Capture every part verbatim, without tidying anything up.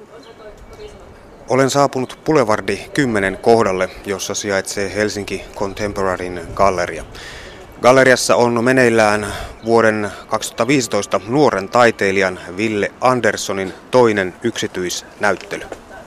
Olen saapunut Boulevardi kymmenen kohdalle, jossa sijaitsee Helsinki Contemporaryn galleria. Galleriassa on meneillään vuoden kaksituhattaviisitoista nuoren taiteilijan Ville Anderssonin toinen yksityisnäyttely.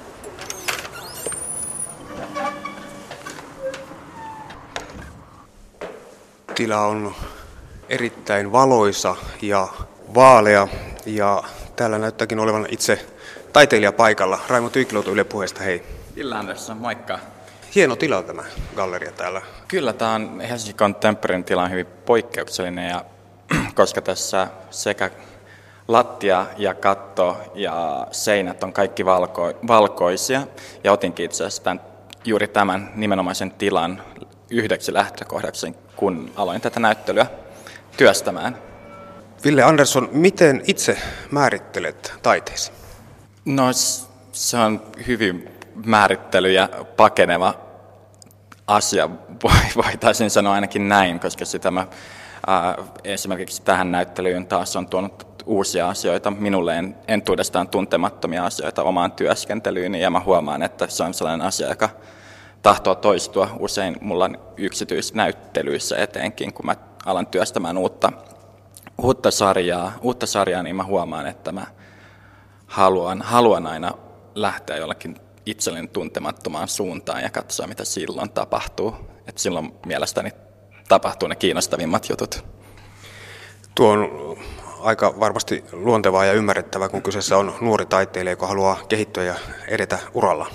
Tila on erittäin valoisa ja vaalea ja täällä näyttääkin olevan itse taiteilija paikalla. Raimo Tyykiluoto Yle Puheesta, hei. Ville Andersson, moikka. Hieno tila tämä galleria täällä. Kyllä, tämä on Helsinki Contemporaryn tila on hyvin poikkeuksellinen, ja, koska tässä sekä lattia ja katto ja seinät on kaikki valko, valkoisia. Ja otinkin itse asiassa tämän, juuri tämän nimenomaisen tilan yhdeksi lähtökohdaksi, kun aloin tätä näyttelyä työstämään. Ville Andersson, miten itse määrittelet taiteesi? No se on hyvin määrittely ja pakeneva asia, voitaisiin sanoa ainakin näin, koska sitä mä, ää, esimerkiksi tähän näyttelyyn taas on tuonut uusia asioita, minulle en, entuudestaan tuntemattomia asioita omaan työskentelyyni, ja mä huomaan, että se on sellainen asia, joka tahtoo toistua usein mulla yksityisnäyttelyissä etenkin, kun mä alan työstämään uutta, uutta, sarjaa, uutta sarjaa, niin mä huomaan, että mä haluan, haluan aina lähteä jollakin itselleni tuntemattomaan suuntaan ja katsoa, mitä silloin tapahtuu. Et silloin mielestäni tapahtuu ne kiinnostavimmat jutut. Tuo on aika varmasti luontevaa ja ymmärrettävää, kun kyseessä on nuori taiteilija, joka haluaa kehittyä ja edetä uralla.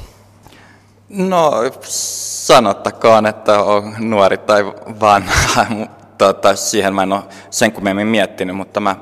No, sanottakoon, että on nuori tai vanha. Tota, siihen mä en ole sen kummemmin miettinyt, mutta mä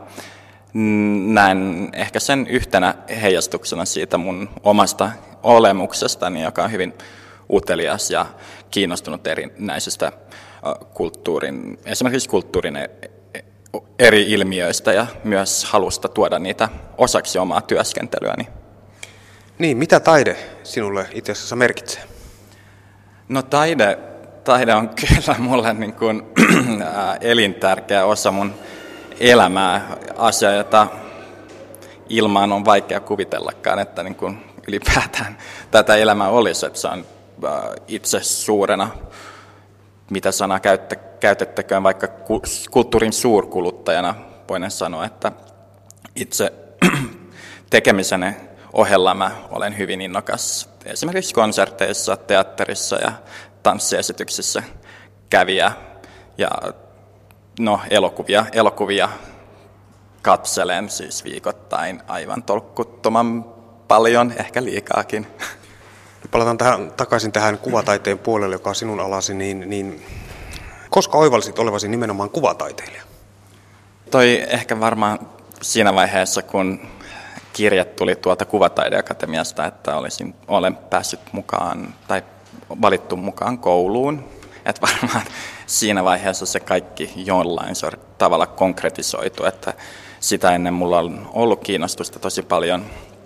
näen ehkä sen yhtenä heijastuksena siitä mun omasta olemuksestani, joka on hyvin utelias ja kiinnostunut erinäisistä kulttuurin, esimerkiksi kulttuurin eri ilmiöistä ja myös halusta tuoda niitä osaksi omaa työskentelyäni. Niin, mitä taide sinulle itse asiassa merkitsee? No taide, taide on kyllä mulle niin kuin, elintärkeä osa mun elämää, asia, jota ilmaan on vaikea kuvitellakaan, että niin kuin ylipäätään tätä elämää olisi, että se on itse suurena, mitä sanaa käytettäköön, vaikka kulttuurin suurkuluttajana voin sanoa, että itse tekemiseni ohella mä olen hyvin innokas esimerkiksi konserteissa, teatterissa ja tanssiesityksissä kävijä ja no, elokuvia, elokuvia katselen siis viikoittain aivan tolkuttoman paljon, ehkä liikaakin. Palataan tähän, takaisin tähän kuvataiteen puolelle, joka on sinun alasi, niin, niin koska oivalsit olevasi nimenomaan kuvataiteilija? Toi ehkä varmaan siinä vaiheessa, kun kirje tuli tuolta Kuvataideakatemiasta, että olisin, olen päässyt mukaan tai valittu mukaan kouluun. Että varmaan siinä vaiheessa se kaikki jollain tavalla konkretisoitu, että sitä ennen mulla on ollut kiinnostusta tosi paljon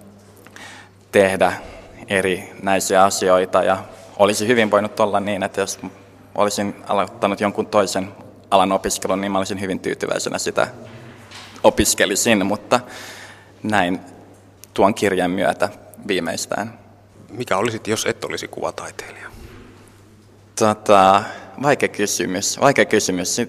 tehdä erinäisiä asioita, ja olisi hyvin voinut olla niin, että jos olisin aloittanut jonkun toisen alan opiskelun, niin mä olisin hyvin tyytyväisenä sitä opiskelisin, mutta näin tuon kirjan myötä viimeistään. Mikä olisit, jos et olisi kuvataiteilija? Tota, vaikea kysymys. Vaikea kysymys.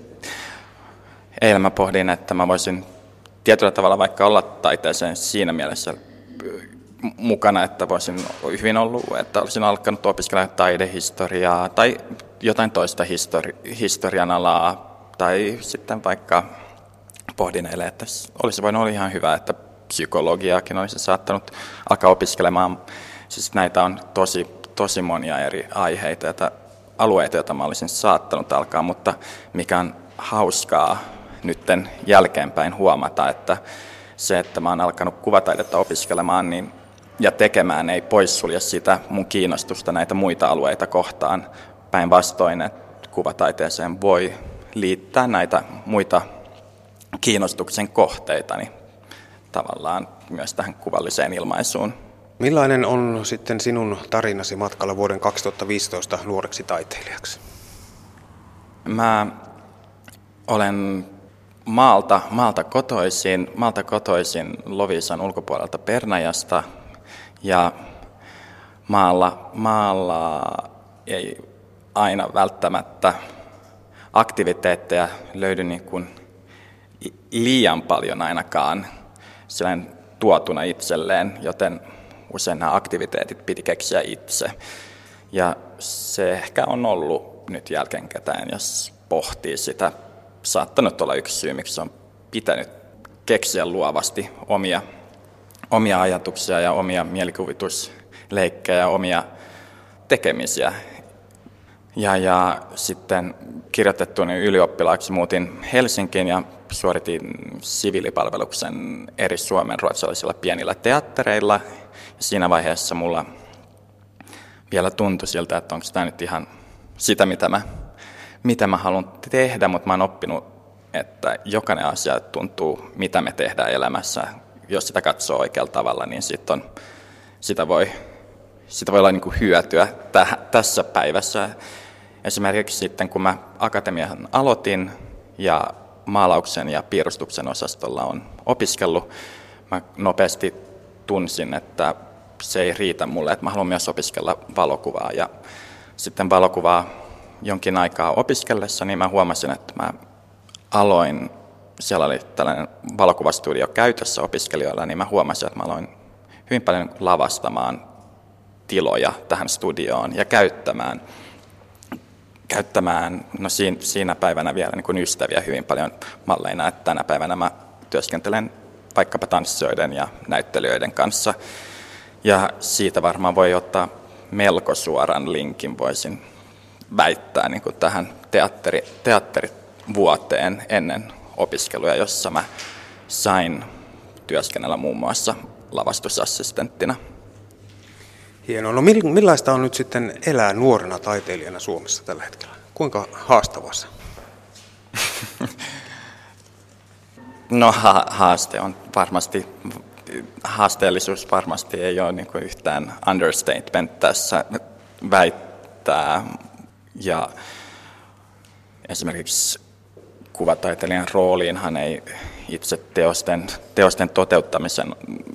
Eilen mä pohdin, että mä voisin tietyllä tavalla vaikka olla taiteeseen siinä mielessä mukana, että voisin hyvin ollut, että olisin alkanut opiskella taidehistoriaa tai jotain toista histori- historian alaa, tai sitten vaikka pohdin eilen, että olisi voinut olla ihan hyvä, että psykologiaakin olisi saattanut alkaa opiskelemaan. Siis näitä on tosi, tosi monia eri aiheita, että alueita, joita mä olisin saattanut alkaa, mutta mikä on hauskaa nytten jälkeenpäin huomata, että se, että mä oon alkanut kuvataidetta opiskelemaan niin, ja tekemään, ei poissulje sitä mun kiinnostusta näitä muita alueita kohtaan. Päinvastoin, että kuvataiteeseen voi liittää näitä muita kiinnostuksen kohteita, niin tavallaan myös tähän kuvalliseen ilmaisuun. Millainen on sitten sinun tarinasi matkalla vuoden kaksituhattaviisitoista nuoreksi taiteilijaksi? Mä olen maalta, maalta kotoisin, maalta kotoisin Loviisan ulkopuolelta Pernajasta, Ja maalla, maalla ei aina välttämättä aktiviteetteja löydy niin kuin liian paljon ainakaan sellainen tuotuna itselleen, joten usein nämä aktiviteetit piti keksiä itse. Ja se ehkä on ollut nyt jälkeenkäteen, jos pohtii sitä, saattanut olla yksi syy, miksi on pitänyt keksiä luovasti omia, omia ajatuksia ja omia mielikuvitusleikkejä ja omia tekemisiä. Ja, ja sitten kirjoitettuani ylioppilaaksi muutin Helsinkiin ja suoritin siviilipalveluksen eri suomen ruotsalaisilla pienillä teattereilla. Ja siinä vaiheessa mulla vielä tuntui siltä, että onko tämä nyt ihan sitä, mitä mä, mitä mä haluan tehdä, mutta mä oon oppinut, että jokainen asia tuntuu, mitä me tehdään elämässä. Jos sitä katsoo oikealla tavalla, niin sit on, sitä, voi, sitä voi olla niin kuin hyötyä täh, tässä päivässä. Esimerkiksi sitten, kun mä akatemian aloitin ja maalauksen ja piirustuksen osastolla on opiskellut, mä nopeasti tunsin, että se ei riitä mulle, että mä haluan myös opiskella valokuvaa. Ja sitten valokuvaa jonkin aikaa opiskellessa, niin mä huomasin, että mä aloin, siellä oli tällainen valokuvastudio käytössä opiskelijoilla, niin mä huomasin, että mä aloin hyvin paljon lavastamaan tiloja tähän studioon ja käyttämään, käyttämään no siinä, siinä päivänä vielä niin kuin ystäviä hyvin paljon malleina, että tänä päivänä mä työskentelen vaikkapa tanssijoiden ja näyttelijöiden kanssa. Ja siitä varmaan voi ottaa melko suoran linkin, voisin väittää niin kuin tähän teatteri, teatterivuoteen ennen opiskeluja, jossa mä sain työskennellä muun muassa lavastusassistenttina. Hienoa. No millaista on nyt sitten elää nuorena taiteilijana Suomessa tällä hetkellä? Kuinka haastavaa se? No ha- haaste on varmasti, haasteellisuus varmasti ei ole niin kuin yhtään understatement tässä väittää. Ja esimerkiksi kuvataiteilijan rooliinhan ei itse teosten, teosten toteuttamisen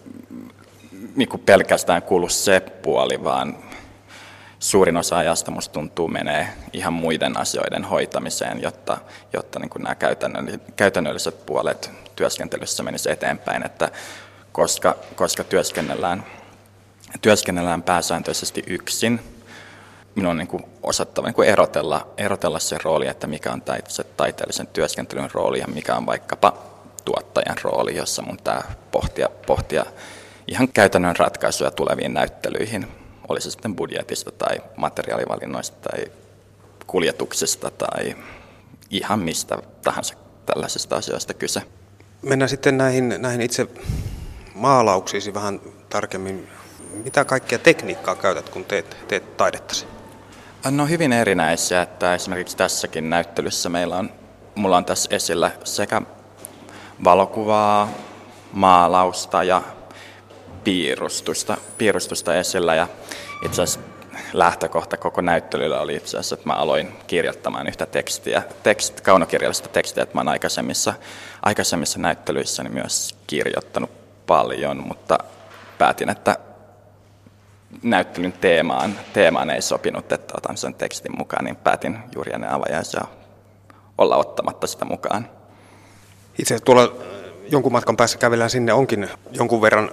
niin kuin pelkästään kuulu se puoli, vaan suurin osa ajasta musta tuntuu menee ihan muiden asioiden hoitamiseen, jotta, jotta niin kuin nämä käytännölliset puolet työskentelyssä menisi eteenpäin, että koska, koska työskennellään, työskennellään pääsääntöisesti yksin, minun on niin kuin osattava niin kuin erotella, erotella se rooli, että mikä on se taiteellisen työskentelyn rooli ja mikä on vaikkapa tuottajan rooli, jossa mun pitää pohtia, pohtia ihan käytännön ratkaisuja tuleviin näyttelyihin, oli se sitten budjetista tai materiaalivalinnoista tai kuljetuksesta tai ihan mistä tahansa tällaisista asioista kyse. Mennään sitten näihin, näihin itse maalauksiisi vähän tarkemmin. Mitä kaikkea tekniikkaa käytät, kun teet, teet taidettasi? No hyvin erinäisiä, että esimerkiksi tässäkin näyttelyssä meillä on, mulla on tässä esillä sekä valokuvaa, maalausta ja piirustusta, piirustusta esillä. Ja itse asiassa lähtökohta koko näyttelyllä oli itse asiassa, että mä aloin kirjoittamaan yhtä tekstiä, tekst, kaunokirjallista tekstiä, että mä oon aikaisemmissa, aikaisemmissa näyttelyissä myös kirjoittanut paljon, mutta päätin, että näyttelyn teemaan, teemaan ei sopinut, että otan sen tekstin mukaan, niin päätin juuri ennen avajaisia olla ottamatta sitä mukaan. Itse asiassa tuolla jonkun matkan päässä kävellään sinne, onkin jonkun verran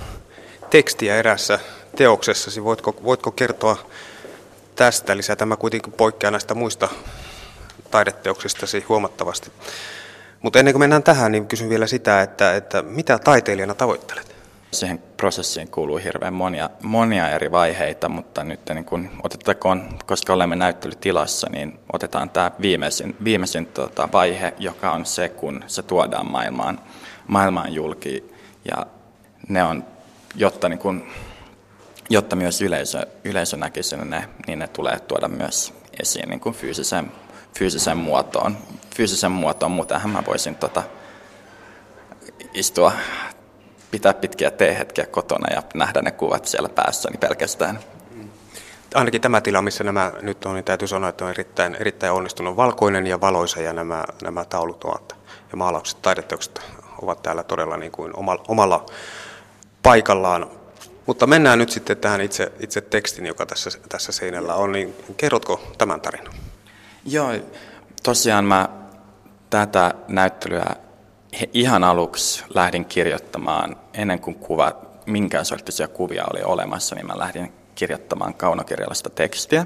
tekstiä erässä teoksessasi. Voitko, voitko kertoa tästä lisää? Tämä kuitenkin poikkeaa näistä muista taideteoksistasi huomattavasti. Mutta ennen kuin mennään tähän, niin kysyn vielä sitä, että, että mitä taiteilijana tavoittelet? Siihen prosessiin kuuluu hirveän monia, monia eri vaiheita, mutta nyt niin kun otettakoon, koska olemme näyttelytilassa, niin otetaan tämä viimeisin, viimeisin tota, vaihe, joka on se, kun se tuodaan maailmaan, maailmaan julki. Ja ne on, jotta, niin kun, jotta myös yleisö, yleisö näkisi ne, niin ne tulee tuoda myös esiin niin kun fyysiseen, fyysiseen muotoon. Fyysiseen muotoon, muutenhan mä voisin tota, istua pitää pitkiä teehetkiä kotona ja nähdä ne kuvat siellä päässäni pelkästään. Ainakin tämä tila, missä nämä nyt on, niin täytyy sanoa, että on erittäin, erittäin onnistunut valkoinen ja valoisa ja nämä, nämä taulut ovat, ja maalaukset, taideteokset ovat täällä todella niin kuin omalla, omalla paikallaan. Mutta mennään nyt sitten tähän itse, itse tekstin, joka tässä, tässä seinällä on, niin kerrotko tämän tarinan? Joo, tosiaan mä tätä näyttelyä ihan aluksi lähdin kirjoittamaan, ennen kuin kuva, minkään sorttisia kuvia oli olemassa, niin mä lähdin kirjoittamaan kaunokirjallista tekstiä.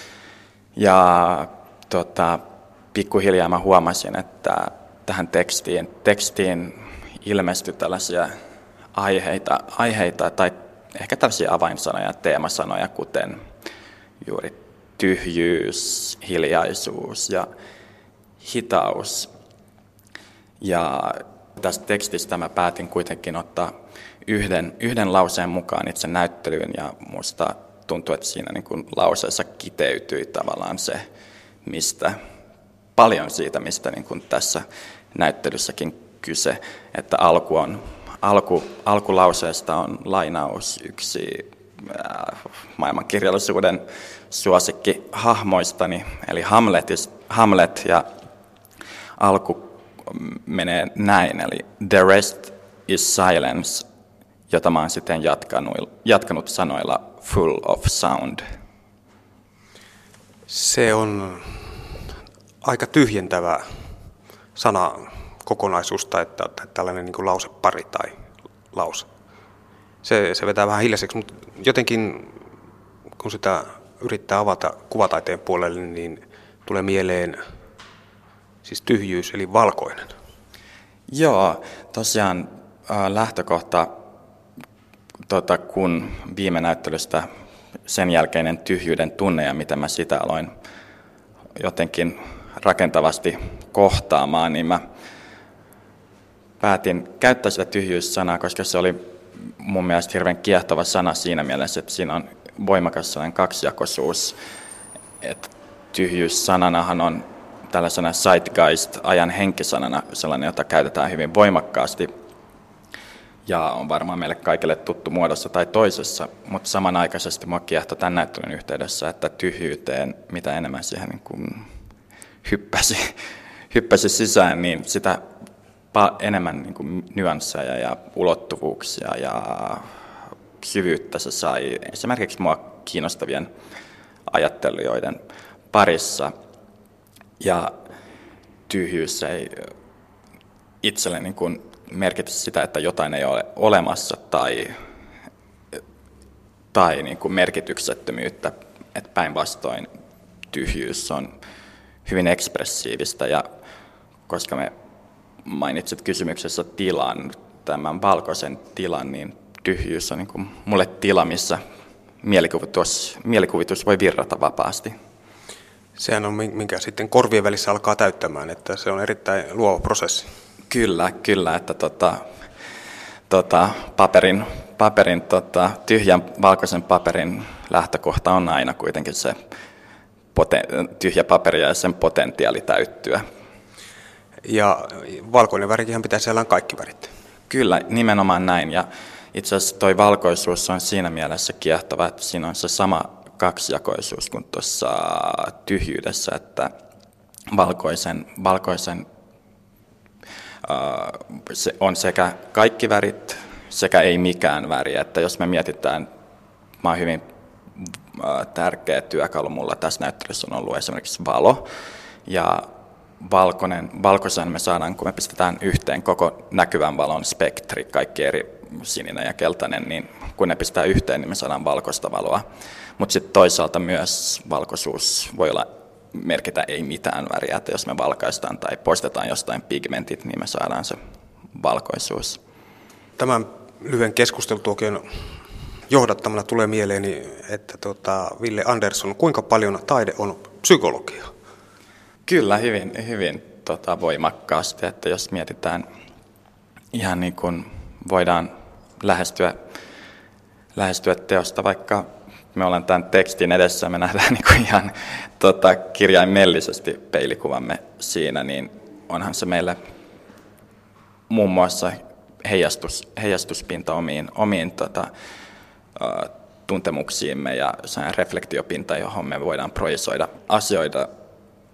Ja tota, pikkuhiljaa mä huomasin, että tähän tekstiin, tekstiin ilmestyi tällaisia aiheita, aiheita tai ehkä tällaisia avainsanoja, teemasanoja, kuten juuri tyhjyys, hiljaisuus ja hitaus. Ja tästä tekstistä mä päätin kuitenkin ottaa yhden, yhden lauseen mukaan itse näyttelyyn, ja musta tuntuu, että siinä niin kuin lauseessa kiteytyi tavallaan se, mistä, paljon siitä, mistä niin kuin tässä näyttelyssäkin kyse, että alku on, alku, alkulauseesta on lainaus yksi äh, maailmankirjallisuuden suosikki hahmoistani, eli Hamletist, Hamlet, ja alku menee näin, eli the rest is silence, jota mä oon sitten jatkanut, jatkanut sanoilla full of sound. Se on aika tyhjentävä sanakokonaisuus tai tällainen niin kuin lausepari tai lause. Se, se vetää vähän hiljaiseksi, mutta jotenkin kun sitä yrittää avata kuvataiteen puolelle, niin tulee mieleen siis tyhjyys eli valkoinen. Joo, tosiaan äh, lähtökohta, tota, kun viime näyttelystä sen jälkeinen tyhjyyden tunne ja mitä mä sitä aloin jotenkin rakentavasti kohtaamaan, niin mä päätin käyttää sitä tyhjyyssanaa, koska se oli mun mielestä hirveän kiehtova sana siinä mielessä, että siinä on voimakas sellainen kaksijakoisuus, että tyhjyyssananahan on tällaisena zeitgeist, ajan henkisanana, sellainen, jota käytetään hyvin voimakkaasti ja on varmaan meille kaikille tuttu muodossa tai toisessa, mutta samanaikaisesti mua kiehtoi tämän näyttelyn yhteydessä, että tyhjyyteen, mitä enemmän siihen niin kuin hyppäsi, hyppäsi sisään, niin sitä enemmän niin kuin nyansseja ja ulottuvuuksia ja syvyyttä se sai esimerkiksi mua kiinnostavien ajattelijoiden parissa. Ja tyhjyys ei itselle niin kuin merkitse sitä, että jotain ei ole olemassa tai, tai niin kuin merkityksettömyyttä, että päinvastoin tyhjyys on hyvin ekspressiivistä, ja koska me mainitsit kysymyksessä tilan, tämän valkoisen tilan, niin tyhjyys on niin kuin mulle tila, missä mielikuvitus, mielikuvitus voi virrata vapaasti. Sehän on minkä sitten korvien välissä alkaa täyttämään, että se on erittäin luova prosessi. Kyllä, kyllä, että tota, tota, paperin, paperin tota, tyhjän valkoisen paperin lähtökohta on aina kuitenkin se poten, tyhjä paperi ja sen potentiaali täyttyä. Ja valkoinen värikinhän pitää sisällään kaikki värit. Kyllä, nimenomaan näin. Ja itse asiassa toi valkoisuus on siinä mielessä kiehtova, että siinä on se sama kaksijakoisuus kuin tuossa tyhjyydessä, että valkoisen, valkoisen uh, se on sekä kaikki värit sekä ei mikään väri. Että jos me mietitään, mä oon hyvin uh, tärkeä työkalu mulla tässä näyttelyssä on ollut esimerkiksi valo, ja valkoinen, valkoisen me saadaan, kun me pistetään yhteen koko näkyvän valon spektri, kaikki eri sininen ja keltainen, niin kun ne pistää yhteen, niin me saadaan valkoista valoa. Mutta sitten toisaalta myös valkoisuus voi olla merkitä ei mitään väriä, että jos me valkaistaan tai poistetaan jostain pigmentit, niin me saadaan se valkoisuus. Tämän lyhyen keskustelutuokion johdattamana tulee mieleeni, että tuota, Ville Andersson, kuinka paljon taide on psykologia? Kyllä, hyvin, hyvin tota, voimakkaasti, että jos mietitään ihan niin kuin voidaan lähestyä, lähestyä teosta, vaikka me ollaan tämän tekstin edessä, me nähdään niin kuin ihan tota, kirjaimellisesti peilikuvamme siinä, niin onhan se meille muun muassa heijastus, heijastuspinta omiin, omiin tota, uh, tuntemuksiimme ja reflektiopinta, johon me voidaan projisoida asioita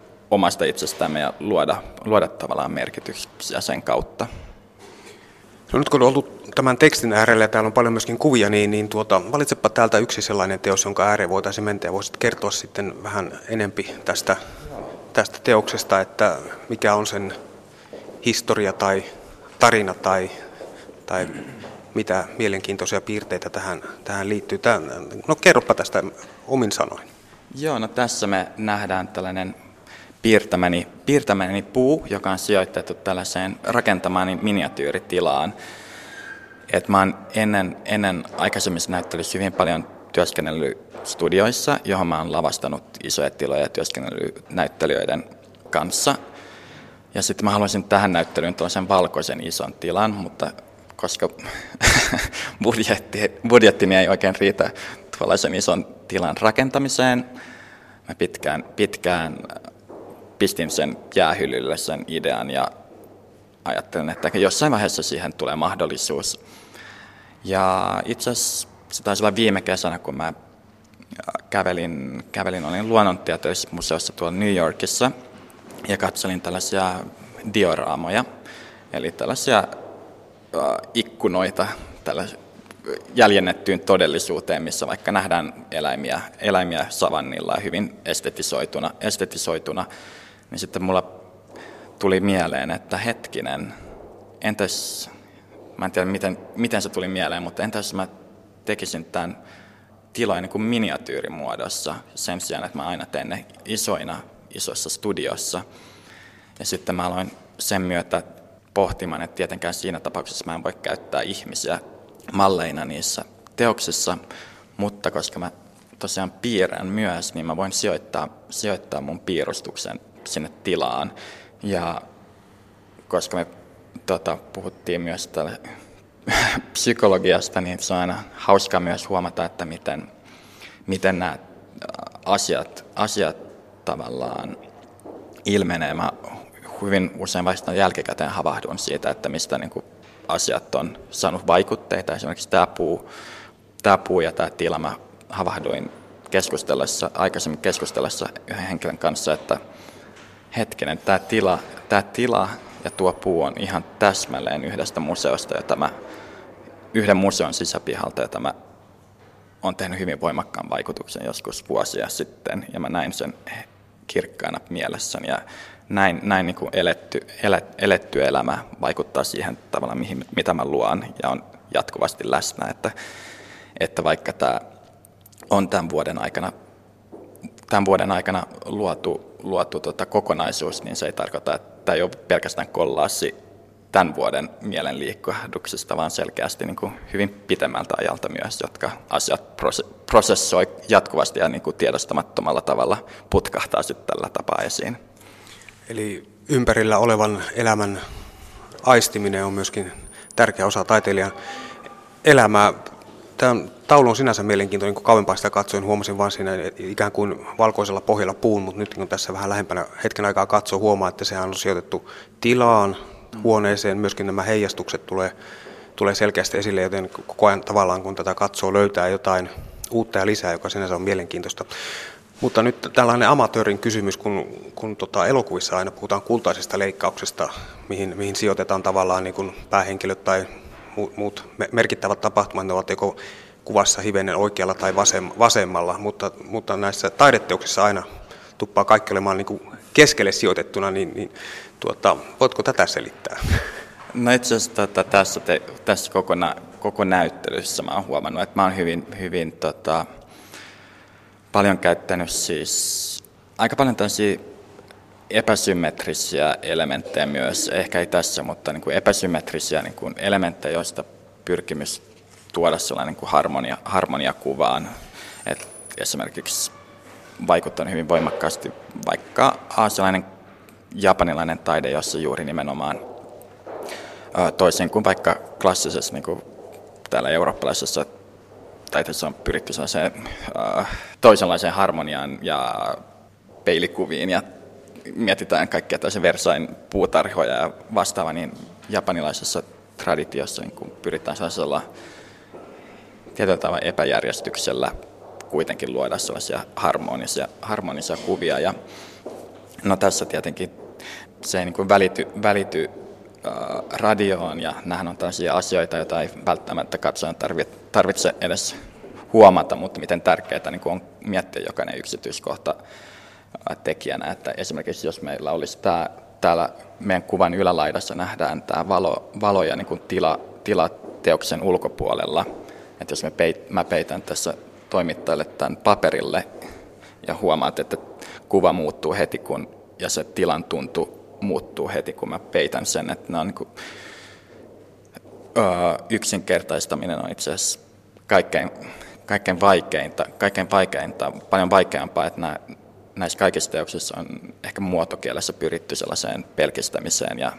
omasta itsestämme ja luoda, luoda tavallaan merkityksiä sen kautta. No nyt kun on ollut tämän tekstin äärellä ja täällä on paljon myöskin kuvia, niin, niin tuota, valitsepa täältä yksi sellainen teos, jonka ääreen voitaisiin mennä ja voisit kertoa sitten vähän enempi tästä, tästä teoksesta, että mikä on sen historia tai tarina tai, tai mitä mielenkiintoisia piirteitä tähän, tähän liittyy. Tämä, no kerropa tästä omin sanoin. Joo, no tässä me nähdään tällainen piirtämäni, piirtämäni puu, joka on sijoitettu tällaiseen rakentamaani miniatyyritilaan. Et mä oon ennen, ennen aikaisemmissa näyttelyissä hyvin paljon työskennellyt studioissa, johon mä oon lavastanut isoja tiloja ja työskennellyt näyttelijöiden kanssa. Ja sitten mä haluaisin tähän näyttelyyn tällaisen valkoisen ison tilan, mutta koska budjetti, budjettini ei oikein riitä tuollaisen ison tilan rakentamiseen, mä pitkään, pitkään pistin sen jäähyllylle sen idean ja ajattelin, että jossain vaiheessa siihen tulee mahdollisuus. Ja itse asiassa se taisi olla viime kesänä, kun mä kävelin, kävelin olin luonnontieteellisessä museossa tuolla New Yorkissa ja katselin tällaisia dioraamoja, eli tällaisia äh, ikkunoita tällaisia jäljennettyyn todellisuuteen, missä vaikka nähdään eläimiä, eläimiä savannilla hyvin estetisoituna, estetisoituna, niin sitten mulla tuli mieleen, että hetkinen, entäs, mä en tiedä miten, miten se tuli mieleen, mutta entäs mä tekisin tämän tiloja niin kuin miniatyyrimuodossa sen sijaan, että mä aina teen ne isoina, isoissa studiossa. Ja sitten mä aloin sen myötä pohtimaan, että tietenkään siinä tapauksessa mä en voi käyttää ihmisiä malleina niissä teoksissa, mutta koska mä tosiaan piirrän myös, niin mä voin sijoittaa, sijoittaa mun piirustuksen sinne tilaan. Ja koska me tota, puhuttiin myös tälle psykologiasta, niin se on aina hauskaa myös huomata, että miten, miten nämä asiat, asiat tavallaan ilmenee. Mä hyvin usein vasta jälkikäteen havahdun siitä, että mistä niin kuin asiat on saanut vaikutteita. Esimerkiksi tämä puu, tämä puu ja tämä tila, mä havahduin keskustellessa, aikaisemmin keskustellessa yhden henkilön kanssa, että hetkinen, tämä tila, tämä tila ja tuo puu on ihan täsmälleen yhdestä museosta, jota mä, yhden museon sisäpihalta, jota mä olen tehnyt hyvin voimakkaan vaikutuksen joskus vuosia sitten, ja mä näin sen kirkkaana mielessäni, ja näin, näin niin kuin eletty, elet, eletty elämä vaikuttaa siihen tavallaan, mihin, mitä mä luon, ja on jatkuvasti läsnä, että, että vaikka tämä on tämän vuoden aikana, tämän vuoden aikana luotu, luotu tota kokonaisuus, niin se ei tarkoita, että tämä ei ole pelkästään kollaassi tämän vuoden mielenliikkuhduksista, vaan selkeästi niin kuin hyvin pitemmältä ajalta myös, jotka asiat prosessoi jatkuvasti ja niin kuin tiedostamattomalla tavalla putkahtaa sitten tällä tapaa esiin. Eli ympärillä olevan elämän aistiminen on myöskin tärkeä osa taiteilijan elämää. Tämä taulu on sinänsä mielenkiintoinen, kun kauempaa sitä katsoin, huomasin vain siinä ikään kuin valkoisella pohjalla puun, mutta nyt kun tässä vähän lähempänä hetken aikaa katsoo, huomaa, että sehän on sijoitettu tilaan, huoneeseen, myöskin nämä heijastukset tulee, tulee selkeästi esille, joten koko ajan tavallaan kun tätä katsoo, löytää jotain uutta ja lisää, joka sinänsä on mielenkiintoista. Mutta nyt tällainen amatöörin kysymys, kun, kun tota elokuvissa aina puhutaan kultaisesta leikkauksesta, mihin, mihin sijoitetaan tavallaan niin kuin päähenkilöt tai muut merkittävät tapahtumat, ne ovat joko kuvassa hivenen oikealla tai vasemmalla, mutta, mutta näissä taideteoksissa aina tuppaa kaikki olemaan niin kuin keskelle sijoitettuna, niin, niin tuota, voitko tätä selittää? No itse asiassa tota, tässä, te, tässä koko, nä, koko näyttelyssä mä oon huomannut, että mä oon hyvin, hyvin tota, paljon käyttänyt siis aika paljon tällaisia epäsymmetrisiä elementtejä myös, ehkä ei tässä, mutta niin kuin epäsymmetrisiä niin kuin elementtejä, joista pyrkimys tuoda sellainen niin kuin harmonia, harmonia kuvaan. Et esimerkiksi vaikuttanut hyvin voimakkaasti vaikka aasialainen japanilainen taide, jossa juuri nimenomaan toisin kuin vaikka klassisessa niin kuin täällä eurooppalaisessa taiteessa on pyritty sellaiseen toisenlaiseen harmoniaan ja peilikuviin ja mietitään kaikkia tällaisia Versailles puutarhoja ja vastaava, niin japanilaisessa traditiossa niin kun pyritään sellaisella tietyllä tavalla epäjärjestyksellä kuitenkin luoda sellaisia harmonisia, harmonisia kuvia. Ja, no tässä tietenkin se ei niin kuin välity, välity radioon, ja nämähän on tällaisia asioita, joita ei välttämättä katsojan tarvitse edes huomata, mutta miten tärkeää niin on miettiä jokainen yksityiskohta tekijänä, että esimerkiksi jos meillä olisi tämä, täällä meidän kuvan ylälaidassa nähdään tämä valo, valo ja niin kuin tila, tila teoksen ulkopuolella, että jos me peit, mä peitän tässä toimittajalle tämän paperille ja huomaat, että kuva muuttuu heti, kun, ja se tilan tuntu muuttuu heti, kun mä peitän sen, että nämä on niin kuin, öö, yksinkertaistaminen on itse asiassa kaikkein, kaikkein vaikeinta, kaikkein vaikeinta, paljon vaikeampaa, että nämä, näissä kaikissa teoksissa on ehkä muotokielessä pyritty sellaiseen pelkistämiseen ja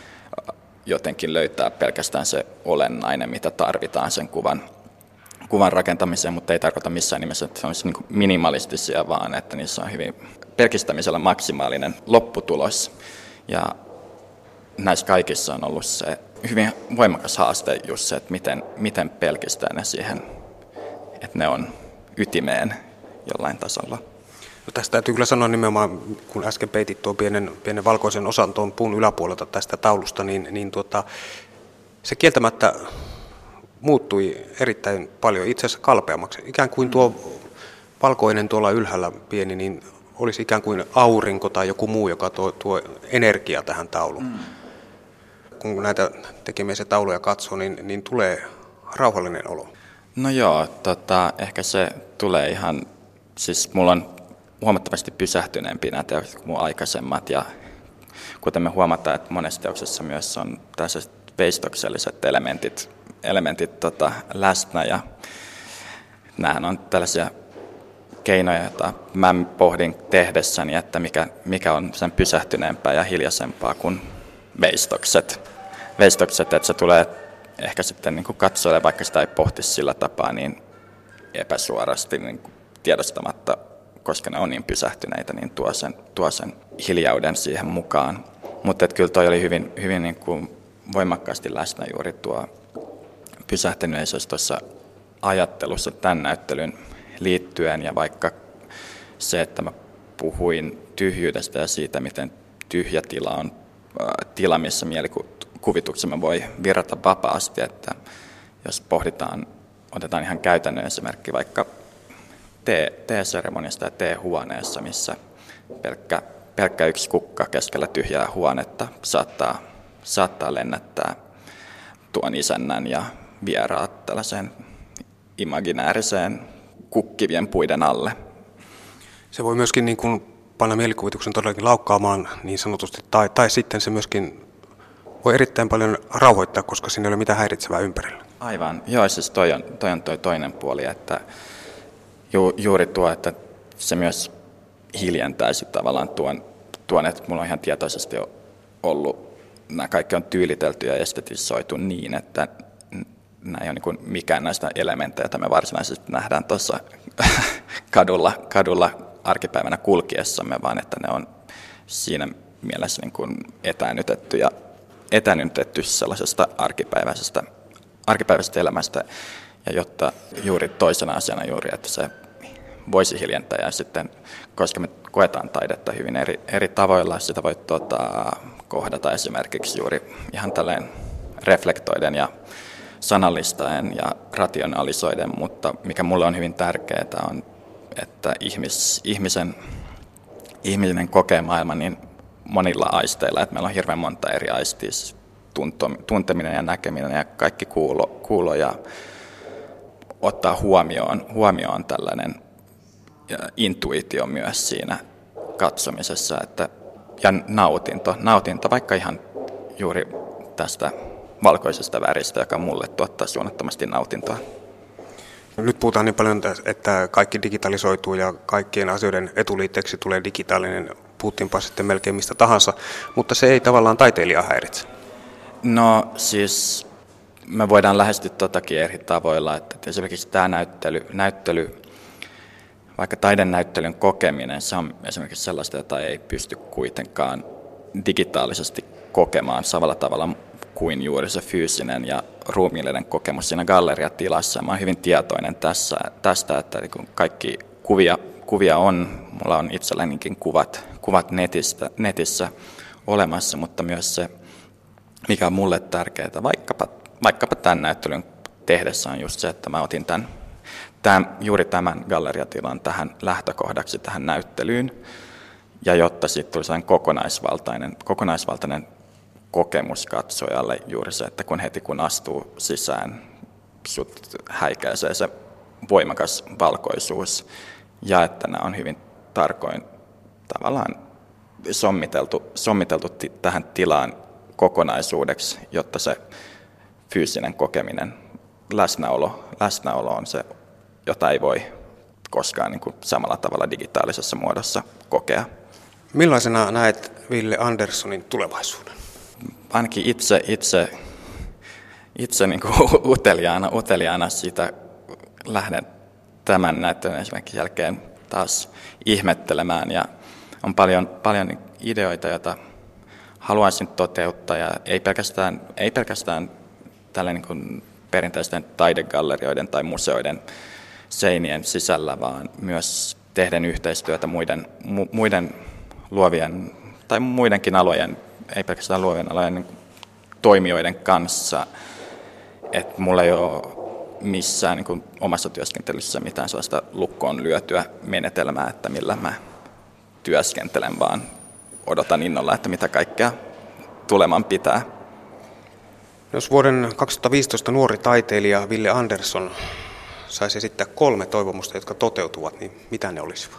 jotenkin löytää pelkästään se olennainen, mitä tarvitaan sen kuvan, kuvan rakentamiseen, mutta ei tarkoita missään nimessä, että se olisi niin kuin minimalistisia, vaan että niissä on hyvin pelkistämisellä maksimaalinen lopputulos. Ja näissä kaikissa on ollut se hyvin voimakas haaste just se, että miten, miten pelkistää ne siihen, että ne on ytimeen jollain tasolla. No tästä täytyy kyllä sanoa nimenomaan, kun äsken peitit tuon pienen, pienen valkoisen osan tuon puun yläpuolelta tästä taulusta, niin, niin tuota, se kieltämättä muuttui erittäin paljon, itse asiassa kalpeammaksi. Ikään kuin tuo valkoinen tuolla ylhäällä pieni, niin olisi ikään kuin aurinko tai joku muu, joka tuo, tuo energiaa tähän tauluun. Mm. Kun näitä tekemiä tauluja katsoo, niin, niin tulee rauhallinen olo. No joo, tota, ehkä se tulee ihan, siis mulla on huomattavasti pysähtyneempi nämä teokset kuin mun aikaisemmat, ja kuten me huomataan, että monessa teoksessa myös on tässä veistokselliset elementit, elementit tota, läsnä, ja nämähän on tällaisia keinoja, joita mä pohdin tehdessäni, että mikä, mikä on sen pysähtyneempää ja hiljaisempaa kuin veistokset. Veistokset, että se tulee ehkä sitten niin kuin katsojalle, vaikka sitä ei pohtisi sillä tapaa niin epäsuorasti niin kuin tiedostamatta, koska ne on niin pysähtyneitä, niin tuo sen, tuo sen hiljauden siihen mukaan. Mutta kyllä toi oli hyvin, hyvin niin kuin voimakkaasti läsnä juuri tuo pysähtyneisyys tuossa ajattelussa tämän näyttelyn liittyen, ja vaikka se, että mä puhuin tyhjyydestä ja siitä, miten tyhjä tila on tila, missä mielikuvituksemme voi virrata vapaasti, että jos pohditaan, otetaan ihan käytännön esimerkki vaikka tee-seremoniasta ja tee-huoneessa, missä pelkkä, pelkkä yksi kukka keskellä tyhjää huonetta saattaa, saattaa lennättää tuon isännän ja vieraat tällaiseen imaginääriseen kukkivien puiden alle. Se voi myöskin niin kuin panna mielikuvituksen todellakin laukkaamaan niin sanotusti, tai, tai sitten se myöskin voi erittäin paljon rauhoittaa, koska siinä ei ole mitään häiritsevää ympärillä. Aivan, joo, siis toi on, toi on toi toinen puoli, että ju, juuri tuo, että se myös hiljentäisi tavallaan tuon, tuon, että mulla on ihan tietoisesti ollut, nämä kaikki on tyylitelty ja estetisoitu niin, että nämä ei ole niin mikään näistä elementtejä, joita me varsinaisesti nähdään tuossa kadulla, kadulla arkipäivänä kulkiessamme, vaan että ne on siinä mielessä niin kuin etänytetty ja etänytetty sellaisesta arkipäiväisestä, arkipäiväisestä elämästä, ja jotta juuri toisena asiana juuri, että se voisi hiljentää, ja sitten, koska me koetaan taidetta hyvin eri, eri tavoilla, sitä voi tuota, kohdata esimerkiksi juuri ihan tälleen reflektoiden ja sanallistaen ja rationalisoiden, mutta mikä mulle on hyvin tärkeää on, että ihmis, ihmisen, ihminen kokee maailman niin monilla aisteilla, että meillä on hirveän monta eri aistia, tunteminen ja näkeminen ja kaikki kuulo, kuulo ja ottaa huomioon, huomioon tällainen intuitio myös siinä katsomisessa, että, ja nautinto, nautinto vaikka ihan juuri tästä valkoisesta väristä, joka mulle tuottaa suunnattomasti nautintoa. Nyt puhutaan niin paljon, että kaikki digitalisoituu ja kaikkien asioiden etuliitteeksi tulee digitaalinen, puhuttiinpa sitten melkein mistä tahansa, mutta se ei tavallaan taiteilijaa häiritse. No siis me voidaan lähestyä totakin eri tavoilla, että esimerkiksi tämä näyttely, näyttely vaikka taidenäyttelyn kokeminen, se on esimerkiksi sellaista, jota ei pysty kuitenkaan digitaalisesti kokemaan samalla tavalla kuin juuri se fyysinen ja ruumiillinen kokemus siinä galleriatilassa. Mä olen hyvin tietoinen tässä, tästä, että kaikki kuvia, kuvia on, mulla on itsellänikin kuvat, kuvat netistä, netissä olemassa, mutta myös se mikä on mulle tärkeää, vaikkapa, vaikkapa tämän näyttelyn tehdessä on just se, että mä otin tämän, tämän, juuri tämän galleriatilan tähän lähtökohdaksi tähän näyttelyyn, ja jotta siitä tuli sellainen kokonaisvaltainen, kokonaisvaltainen kokemus katsojalle juuri se, että kun heti kun astuu sisään, sut häikäisee se voimakas valkoisuus, ja että nämä on hyvin tarkoin tavallaan sommiteltu, sommiteltu t- tähän tilaan kokonaisuudeksi, jotta se fyysinen kokeminen, läsnäolo, läsnäolo on se, jota ei voi koskaan niin kuin samalla tavalla digitaalisessa muodossa kokea. Millaisena näet Ville Anderssonin tulevaisuuden? Ainakin itse, itse, itse niin kuin uteliaana, uteliaana siitä lähden tämän näyttelyn esimerkiksi jälkeen taas ihmettelemään. Ja on paljon, paljon ideoita, joita haluaisin toteuttaa. Ja ei pelkästään, ei pelkästään tällä niin kuin perinteisten taidegallerioiden tai museoiden seinien sisällä, vaan myös tehden yhteistyötä muiden, mu, muiden luovien tai muidenkin alojen, ei pelkästään luovien alojen niin toimijoiden kanssa. Että mulla ei ole missään niin kuin omassa työskentelyssä mitään sellaista lukkoon lyötyä menetelmää, että millä mä työskentelen, vaan odotan innolla, että mitä kaikkea tuleman pitää. Jos vuoden kaksituhattaviisitoista nuori taiteilija Ville Andersson saisi esittää kolme toivomusta, jotka toteutuvat, niin mitä ne olisivat?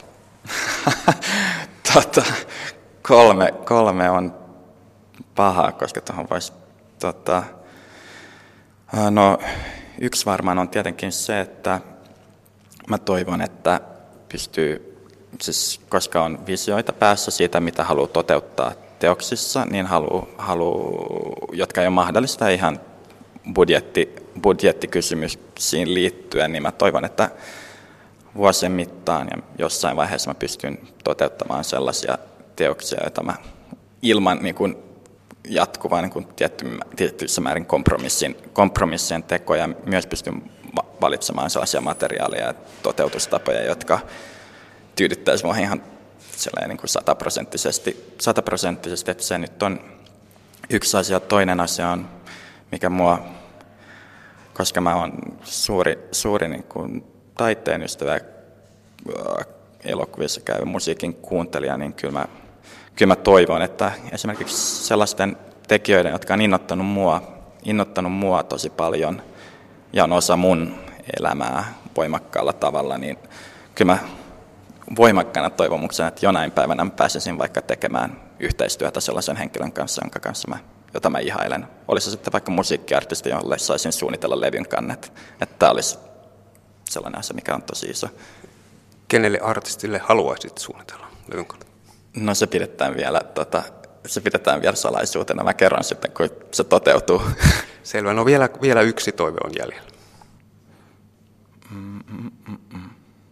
tota, kolme, kolme on pahaa, koska tuohon voisi... Tota, no, yksi varmaan on tietenkin se, että mä toivon, että pystyy, siis koska on visioita päässä siitä, mitä haluaa toteuttaa teoksissa, niin haluaa, haluaa jotka ei ole mahdollista ihan budjetti, budjettikysymyksiin liittyen, niin mä toivon, että vuosien mittaan ja jossain vaiheessa mä pystyn toteuttamaan sellaisia teoksia, joita mä ilman niin kuin jatkuvaa niin kuin tietyissä määrin kompromissin, kompromissien tekoja myös pystyn valitsemaan sellaisia materiaaleja ja toteutustapoja, jotka tyydyttäisi mua ihan niin kuin sataprosenttisesti, sataprosenttisesti, että se nyt on yksi asia. Toinen asia on, mikä mua, koska mä oon suuri, suuri niin kuin taiteen ystävä, elokuvissa käyvä musiikin kuuntelija, niin kyllä mä, kyllä mä toivon, että esimerkiksi sellaisten tekijöiden, jotka on innoittanut mua, innoittanut mua tosi paljon ja on osa mun elämää voimakkaalla tavalla, niin kyllä mä voimakkaana toivomuksena, että jonain päivänä mä pääsisin vaikka tekemään yhteistyötä sellaisen henkilön kanssa, jonka kanssa mä, jota mä ihailen. Olisi se sitten vaikka musiikkiartisti, jolle saisin suunnitella levyn kannet. Että tämä olisi sellainen asia, mikä on tosi iso. Kenelle artistille haluaisit suunnitella levyn kannet? No se pidetään vielä, tota, se pidetään vielä salaisuutena. Mä kerron sitten, kun se toteutuu. Selvä. No vielä, vielä yksi toive on jäljellä. Mm, mm, mm, mm.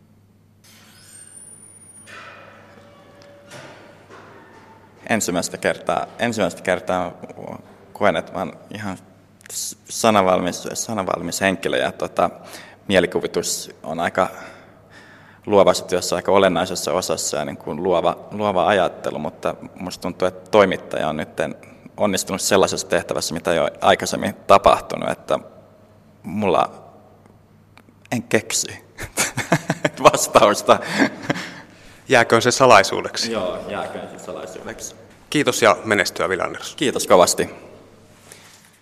Ensimmäistä kertaa, ensimmäistä kertaa koen, että mä oon ihan sanavalmis, sanavalmis henkilö ja tota, mielikuvitus on aika luovassa työssä aika olennaisessa osassa ja niin kuin luova, luova ajattelu, mutta musta tuntuu, että toimittaja on nyt onnistunut sellaisessa tehtävässä, mitä ei ole aikaisemmin tapahtunut, että mulla en keksi vastausta. Jääköön se salaisuudeksi? Joo, jääköön se salaisuudeksi. Kiitos ja menestyä, Ville Andersson. Kiitos kovasti.